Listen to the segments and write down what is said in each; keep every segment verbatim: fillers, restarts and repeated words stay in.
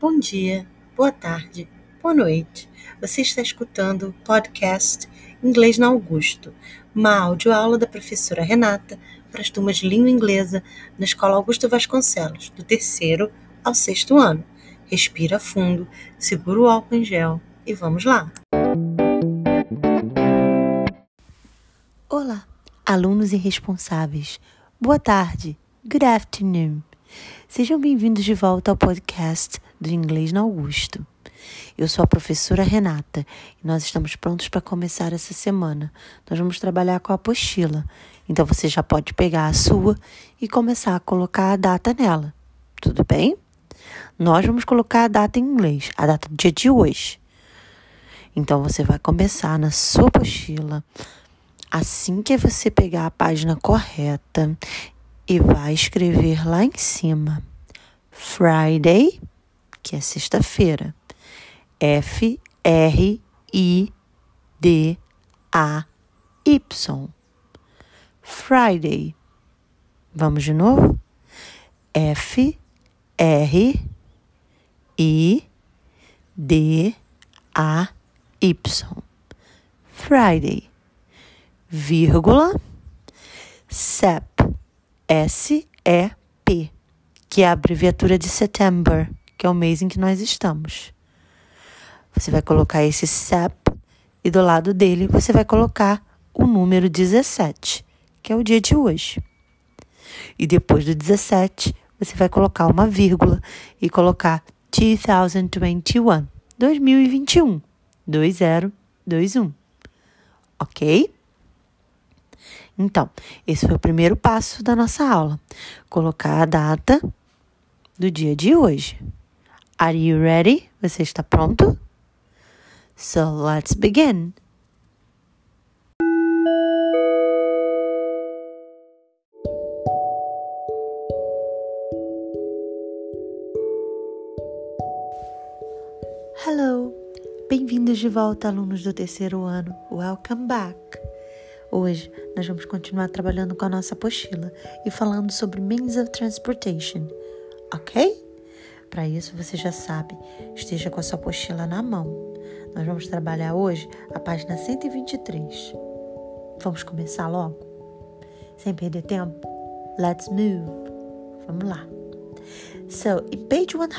Bom dia, boa tarde, boa noite. Você está escutando o podcast Inglês na Augusto, uma audioaula da professora Renata para as turmas de língua inglesa na Escola Augusto Vasconcelos, do terceiro ao sexto ano. Respira fundo, segura o álcool em gel e vamos lá! Olá, alunos irresponsáveis. Boa tarde. Good afternoon. Sejam bem-vindos de volta ao podcast do Inglês na Augusto. Eu sou a professora Renata e nós estamos prontos para começar essa semana. Nós vamos trabalhar com a apostila, então você já pode pegar a sua e começar a colocar a data nela. Tudo bem? Nós vamos colocar a data em inglês, a data do dia de hoje. Então você vai começar na sua apostila. Assim que você pegar a página correta e vai escrever lá em cima Friday, que é sexta-feira, F R I D A Y, Friday. Vamos de novo? F R I D A Y, Friday. Vírgula, S E P, S E P, que é a abreviatura de September, que é o mês em que nós estamos. Você vai colocar esse S E P e do lado dele você vai colocar o número dezessete, que é o dia de hoje. E depois do dezessete, você vai colocar uma vírgula e colocar dois mil e vinte e um, dois mil e vinte e um, dois zero dois um, ok? Então, esse foi o primeiro passo da nossa aula. Colocar a data do dia de hoje. Are you ready? Você está pronto? So, let's begin. Hello! Bem-vindos de volta, alunos do terceiro ano. Welcome back! Hoje, nós vamos continuar trabalhando com a nossa apostila e falando sobre means of transportation, ok? Para isso, você já sabe, esteja com a sua apostila na mão. Nós vamos trabalhar hoje a página cento e vinte e três. Vamos começar logo? Sem perder tempo? Let's move! Vamos lá! So, in page one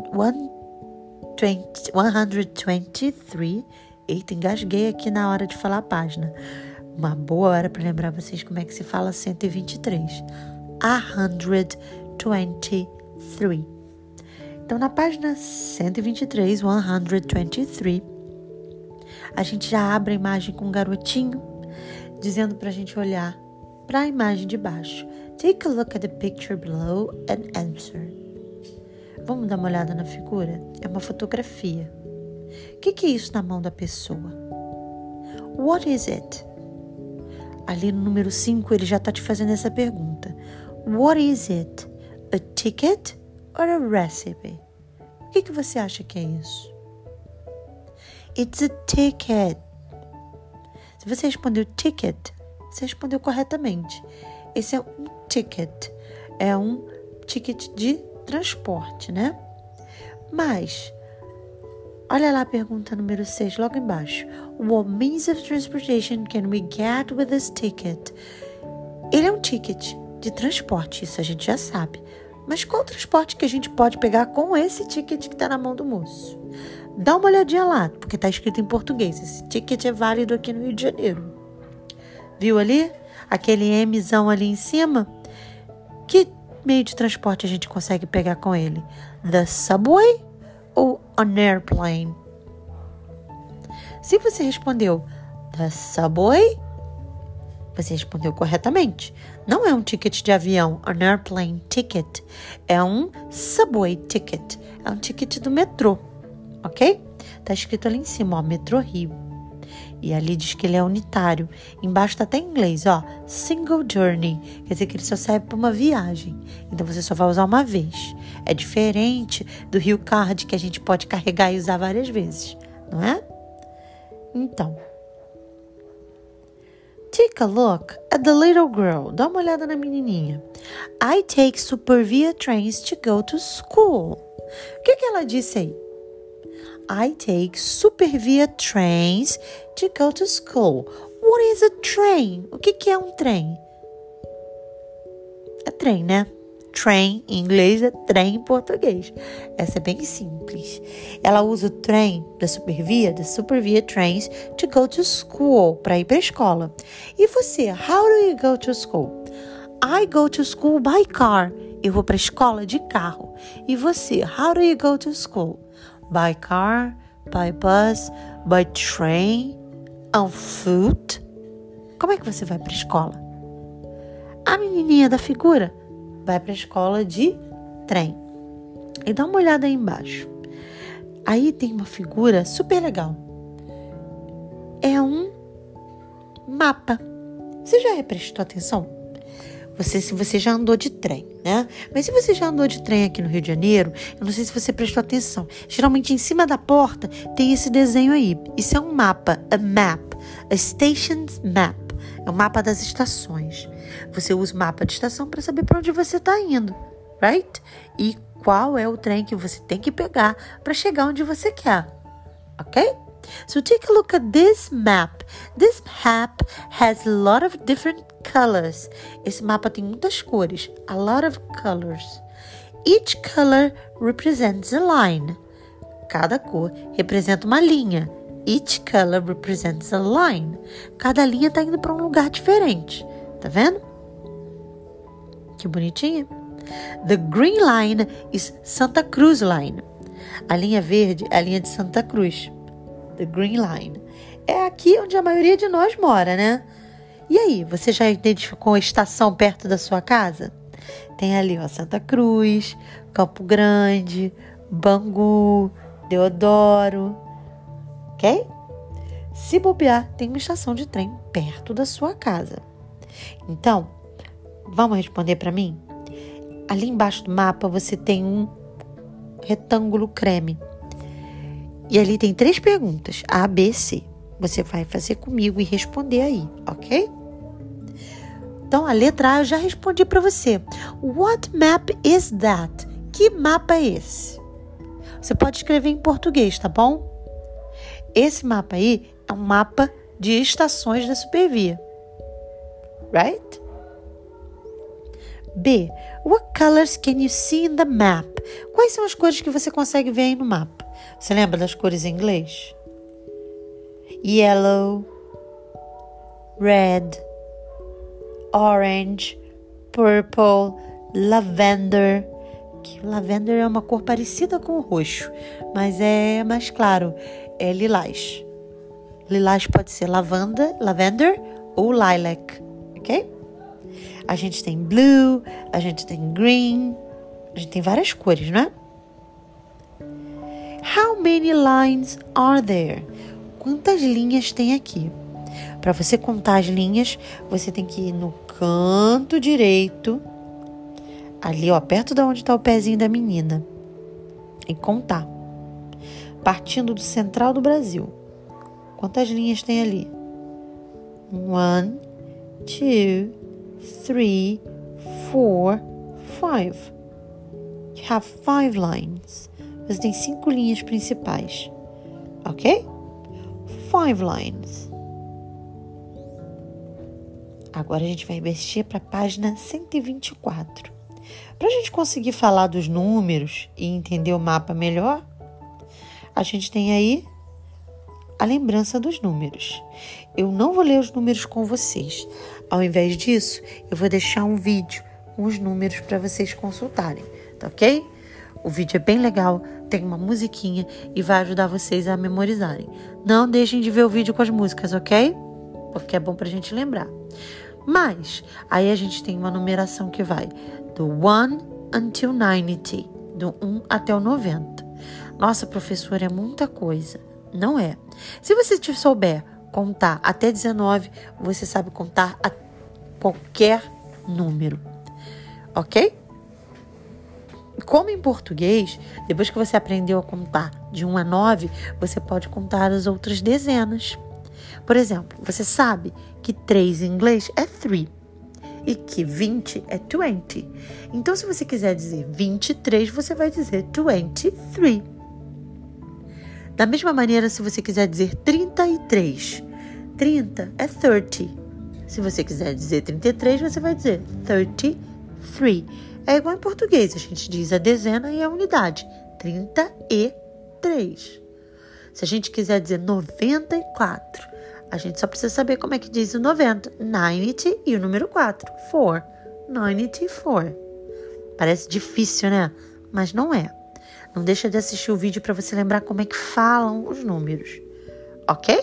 hundred twenty-three, eita, engasguei aqui na hora de falar a página. Uma boa hora para lembrar vocês como é que se fala cento e vinte e três. one hundred twenty-three. Então, na página cento e vinte e três, one hundred twenty-three, a gente já abre a imagem com um garotinho, dizendo para a gente olhar para a imagem de baixo. Take a look at the picture below and answer. Vamos dar uma olhada na figura? É uma fotografia. O que, que é isso na mão da pessoa? What is it? Ali no número cinco, ele já está te fazendo essa pergunta. What is it? A ticket or a recipe? O que, que você acha que é isso? It's a ticket. Se você respondeu ticket, você respondeu corretamente. Esse é um ticket. É um ticket de transporte, né? Mas, olha lá a pergunta número seis, logo embaixo. What means of transportation can we get with this ticket? Ele é um ticket de transporte, isso a gente já sabe. Mas qual transporte que a gente pode pegar com esse ticket que está na mão do moço? Dá uma olhadinha lá, porque está escrito em português. Esse ticket é válido aqui no Rio de Janeiro. Viu ali? Aquele Mzão ali em cima? Que meio de transporte a gente consegue pegar com ele? The subway ou an airplane? Se você respondeu the subway, você respondeu corretamente. Não é um ticket de avião, an airplane ticket. É um subway ticket. É um ticket do metrô, ok? Tá escrito ali em cima, ó, Metrô Rio. E ali diz que ele é unitário. Embaixo tá até em inglês, ó, single journey. Quer dizer que ele só serve para uma viagem. Então você só vai usar uma vez. É diferente do Rio Card, que a gente pode carregar e usar várias vezes, não é? Então, take a look at the little girl. Dá uma olhada na menininha. I take Supervia trains to go to school. O que, que ela disse aí? I take super via trains to go to school. What is a train? O que, que é um trem? É trem, né? Train em inglês é trem em português. Essa é bem simples. Ela usa o trem da Supervia, da Supervia Trains, to go to school, para ir para a escola. E você, how do you go to school? I go to school by car. Eu vou para a escola de carro. E você, how do you go to school? By car, by bus, by train, on foot. Como é que você vai para a escola? A menininha da figura vai para a escola de trem. E dá uma olhada aí embaixo. Aí tem uma figura super legal. É um mapa. Você já prestou atenção? Você, se você já andou de trem, né? Mas se você já andou de trem aqui no Rio de Janeiro, eu não sei se você prestou atenção. Geralmente em cima da porta tem esse desenho aí. Isso é um mapa, a map, a station's map. É o mapa das estações. Você usa o mapa de estação para saber para onde você está indo, right? E qual é o trem que você tem que pegar para chegar onde você quer, ok? So take a look at this map. This map has a lot of different colors. Esse mapa tem muitas cores, a lot of colors. Each color represents a line. Cada cor representa uma linha. Each color represents a line. Cada linha está indo para um lugar diferente. Tá vendo? Que bonitinha. The green line is Santa Cruz line. A linha verde é a linha de Santa Cruz. The green line. É aqui onde a maioria de nós mora, né? E aí, você já identificou a estação perto da sua casa? Tem ali, ó, Santa Cruz, Campo Grande, Bangu, Deodoro. Ok? Se bobear, tem uma estação de trem perto da sua casa. Então, vamos responder para mim? Ali embaixo do mapa você tem um retângulo creme. E ali tem três perguntas, A, B, C. Você vai fazer comigo e responder aí, ok? Então, a letra A eu já respondi para você. What map is that? Que mapa é esse? Você pode escrever em português, tá bom? Esse mapa aí é um mapa de estações da Supervia. Right? B. What colors can you see in the map? Quais são as cores que você consegue ver aí no mapa? Você lembra das cores em inglês? Yellow, red, orange, purple, lavender. Que lavender é uma cor parecida com o roxo, mas é mais claro, é lilás. Lilás pode ser lavanda, lavender ou lilac, ok? A gente tem blue, a gente tem green, a gente tem várias cores, não é? How many lines are there? Quantas linhas tem aqui? Para você contar as linhas, você tem que ir no canto direito, ali, ó, perto de onde está o pezinho da menina, e contar. Partindo do central do Brasil. Quantas linhas tem ali? One, two, three, four, five. You have five lines. Você tem cinco linhas principais. Ok? Five lines. Agora a gente vai mexer para a página cento e vinte e quatro. Para a gente conseguir falar dos números e entender o mapa melhor, a gente tem aí a lembrança dos números. Eu não vou ler os números com vocês. Ao invés disso, eu vou deixar um vídeo com os números para vocês consultarem, tá ok? O vídeo é bem legal, tem uma musiquinha e vai ajudar vocês a memorizarem. Não deixem de ver o vídeo com as músicas, ok? Porque é bom pra gente lembrar. Mas, aí a gente tem uma numeração que vai do one until ninety, do um até o noventa. Nossa, professora, é muita coisa. Não é. Se você souber contar até dezenove, você sabe contar a qualquer número. Ok? Como em português, depois que você aprendeu a contar de um a nove, você pode contar as outras dezenas. Por exemplo, você sabe que três em inglês é three e que vinte é vinte. Então, se você quiser dizer vinte e três, você vai dizer vinte e três. Da mesma maneira, se você quiser dizer trinta e três, trinta é trinta. Se você quiser dizer trinta e três, você vai dizer trinta e três. É igual em português, a gente diz a dezena e a unidade, trinta e três. Se a gente quiser dizer noventa e quatro, a gente só precisa saber como é que diz o noventa. noventa e o número quatro, quatro. noventa e quatro. Parece difícil, né? Mas não é. Não deixa de assistir o vídeo para você lembrar como é que falam os números. Ok?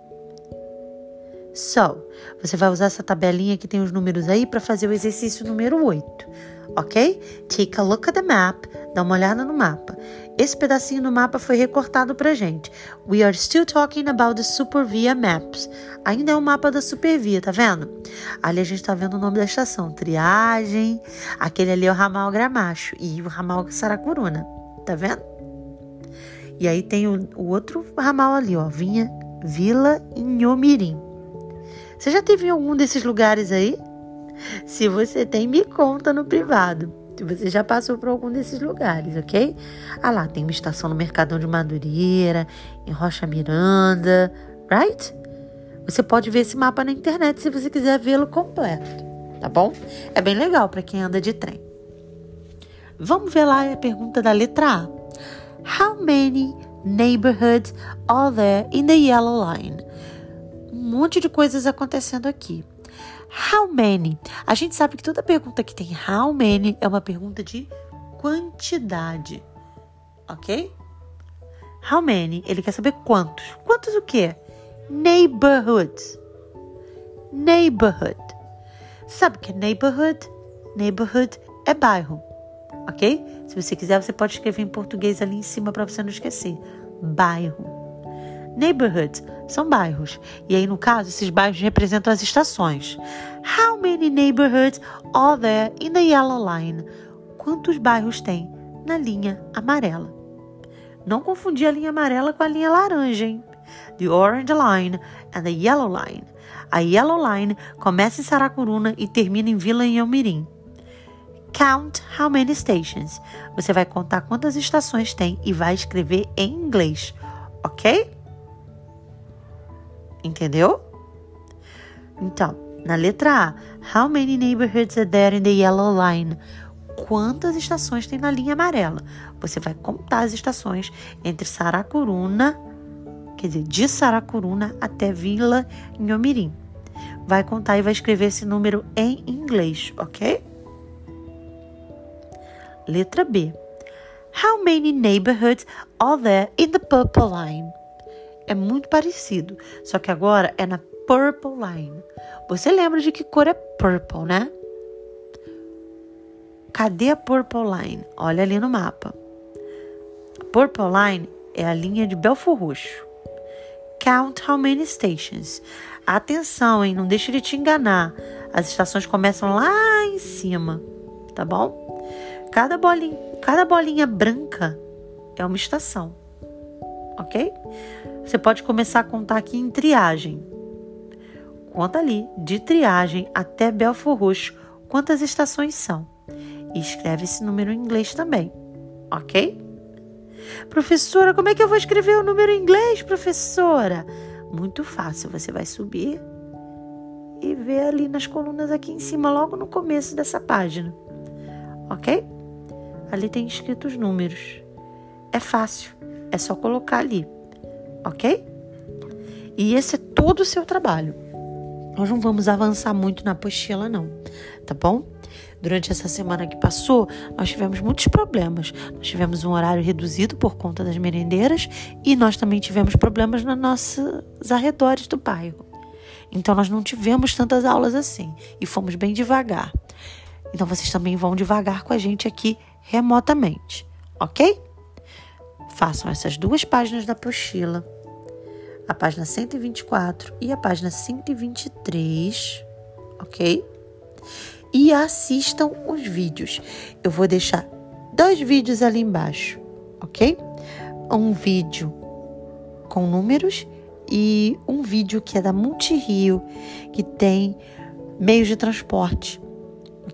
So, você vai usar essa tabelinha que tem os números aí para fazer o exercício número oito. Ok? Take a look at the map. Dá uma olhada no mapa. Esse pedacinho do mapa foi recortado pra gente. We are still talking about the Supervia Maps. Ainda é o mapa da Supervia, tá vendo? Ali a gente tá vendo o nome da estação. Triagem. Aquele ali é o ramal Gramacho. E o ramal Saracuruna. Tá vendo? E aí tem o, o outro ramal ali, ó. Vinha Vila Inhomirim. Você já teve em algum desses lugares aí? Se você tem, me conta no privado. Se você já passou por algum desses lugares, ok? Ah lá, tem uma estação no Mercadão de Madureira, em Rocha Miranda, right? Você pode ver esse mapa na internet se você quiser vê-lo completo, tá bom? É bem legal para quem anda de trem. Vamos ver lá a pergunta da letra A. How many neighborhoods are there in the yellow line? Um monte de coisas acontecendo aqui. How many? A gente sabe que toda pergunta que tem how many é uma pergunta de quantidade. Ok? How many? Ele quer saber quantos. Quantos o quê? Neighborhoods. Neighborhood. Sabe o que é neighborhood? Neighborhood é bairro. Ok? Se você quiser, você pode escrever em português ali em cima para você não esquecer. Bairro. Neighborhoods são bairros. E aí, no caso, esses bairros representam as estações. How many neighborhoods are there in the yellow line? Quantos bairros tem na linha amarela? Não confundir a linha amarela com a linha laranja, hein? The orange line and the yellow line. A yellow line começa em Saracuruna e termina em Vila Inhomirim. Count how many stations. Você vai contar quantas estações tem e vai escrever em inglês. Ok? Entendeu? Então, na letra A, how many neighborhoods are there in the yellow line? Quantas estações tem na linha amarela? Você vai contar as estações entre Saracuruna, quer dizer, de Saracuruna até Vila Inhomirim. Vai contar e vai escrever esse número em inglês, ok? Letra B. How many neighborhoods are there in the purple line? É muito parecido, só que agora é na purple line. Você lembra de que cor é purple, né? Cadê a purple line? Olha ali no mapa. A purple line é a linha de Belford Roxo. Count how many stations. Atenção, hein? Não deixe de te enganar. As estações começam lá em cima, tá bom? Cada bolinha, cada bolinha branca é uma estação, ok? Você pode começar a contar aqui em triagem. Conta ali, de triagem até Belford Roxo, quantas estações são. E escreve esse número em inglês também, ok? Professora, como é que eu vou escrever o número em inglês, professora? Muito fácil, você vai subir e ver ali nas colunas aqui em cima, logo no começo dessa página, ok? Ali tem escrito os números. É fácil, é só colocar ali, ok? E esse é todo o seu trabalho. Nós não vamos avançar muito na apostila, não, tá bom? Durante essa semana que passou, nós tivemos muitos problemas. Nós tivemos um horário reduzido por conta das merendeiras e nós também tivemos problemas nos nossos arredores do bairro. Então, nós não tivemos tantas aulas assim e fomos bem devagar. Então, vocês também vão devagar com a gente aqui remotamente, ok? Façam essas duas páginas da apostila, a página cento e vinte e quatro e a página cento e vinte e três, ok? E assistam os vídeos. Eu vou deixar dois vídeos ali embaixo, ok? Um vídeo com números e um vídeo que é da Multirio, que tem meios de transporte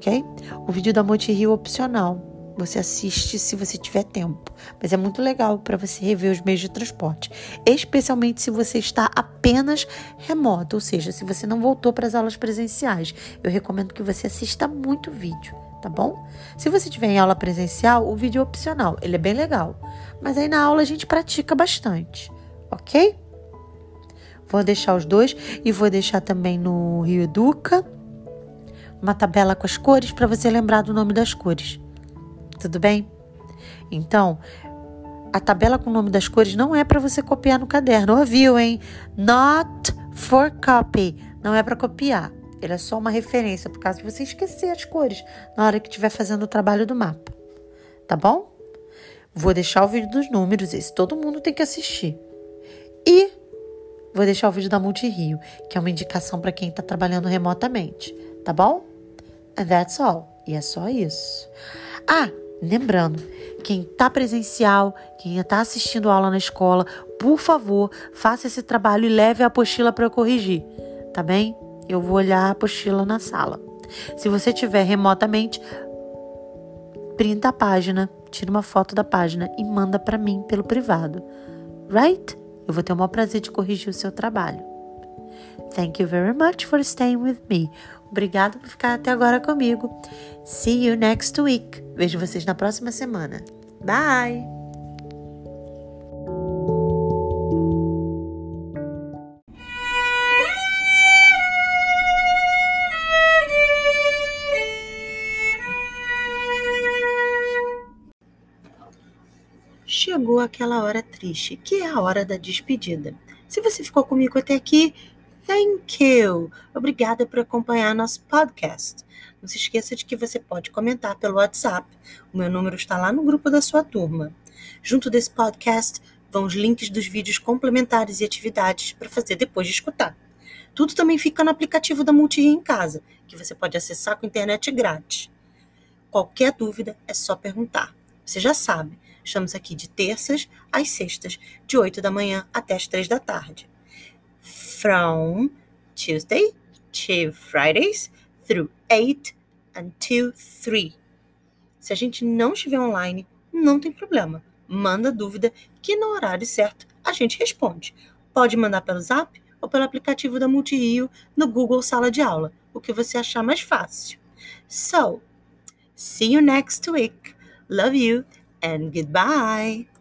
ok? O vídeo da Multirio é opcional. Você assiste se você tiver tempo. Mas é muito legal para você rever os meios de transporte. Especialmente se você está apenas remoto. Ou seja, se você não voltou para as aulas presenciais. Eu recomendo que você assista muito vídeo, tá bom? Se você tiver em aula presencial, o vídeo é opcional. Ele é bem legal. Mas aí na aula a gente pratica bastante, ok? Vou deixar os dois e vou deixar também no Rio Educa uma tabela com as cores para você lembrar do nome das cores. Tudo bem? Então, a tabela com o nome das cores não é para você copiar no caderno. Ouviu, hein? Not for copy. Não é para copiar. Ele é só uma referência, por caso de você esquecer as cores na hora que estiver fazendo o trabalho do mapa. Tá bom? Vou deixar o vídeo dos números, esse todo mundo tem que assistir. E vou deixar o vídeo da Multirio, que é uma indicação para quem está trabalhando remotamente. Tá bom? And that's all. E é só isso. Ah, lembrando, quem está presencial, quem está assistindo aula na escola, por favor, faça esse trabalho e leve a apostila para eu corrigir, tá bem? Eu vou olhar a apostila na sala. Se você tiver remotamente, printa a página, tira uma foto da página e manda para mim pelo privado. Right? Eu vou ter o maior prazer de corrigir o seu trabalho. Thank you very much for staying with me. Obrigada por ficar até agora comigo. See you next week. Vejo vocês na próxima semana. Bye! Chegou aquela hora triste, que é a hora da despedida. Se você ficou comigo até aqui, thank you! Obrigada por acompanhar nosso podcast. Não se esqueça de que você pode comentar pelo WhatsApp. O meu número está lá no grupo da sua turma. Junto desse podcast vão os links dos vídeos complementares e atividades para fazer depois de escutar. Tudo também fica no aplicativo da Multirio em casa, que você pode acessar com internet grátis. Qualquer dúvida é só perguntar. Você já sabe, estamos aqui de terças às sextas, de oito da manhã até as três da tarde. From Tuesday to Fridays through eight until three. Se a gente não estiver online, não tem problema. Manda dúvida que no horário certo a gente responde. Pode mandar pelo Zap ou pelo aplicativo da Multirio no Google Sala de Aula, o que você achar mais fácil. So, see you next week. Love you and goodbye.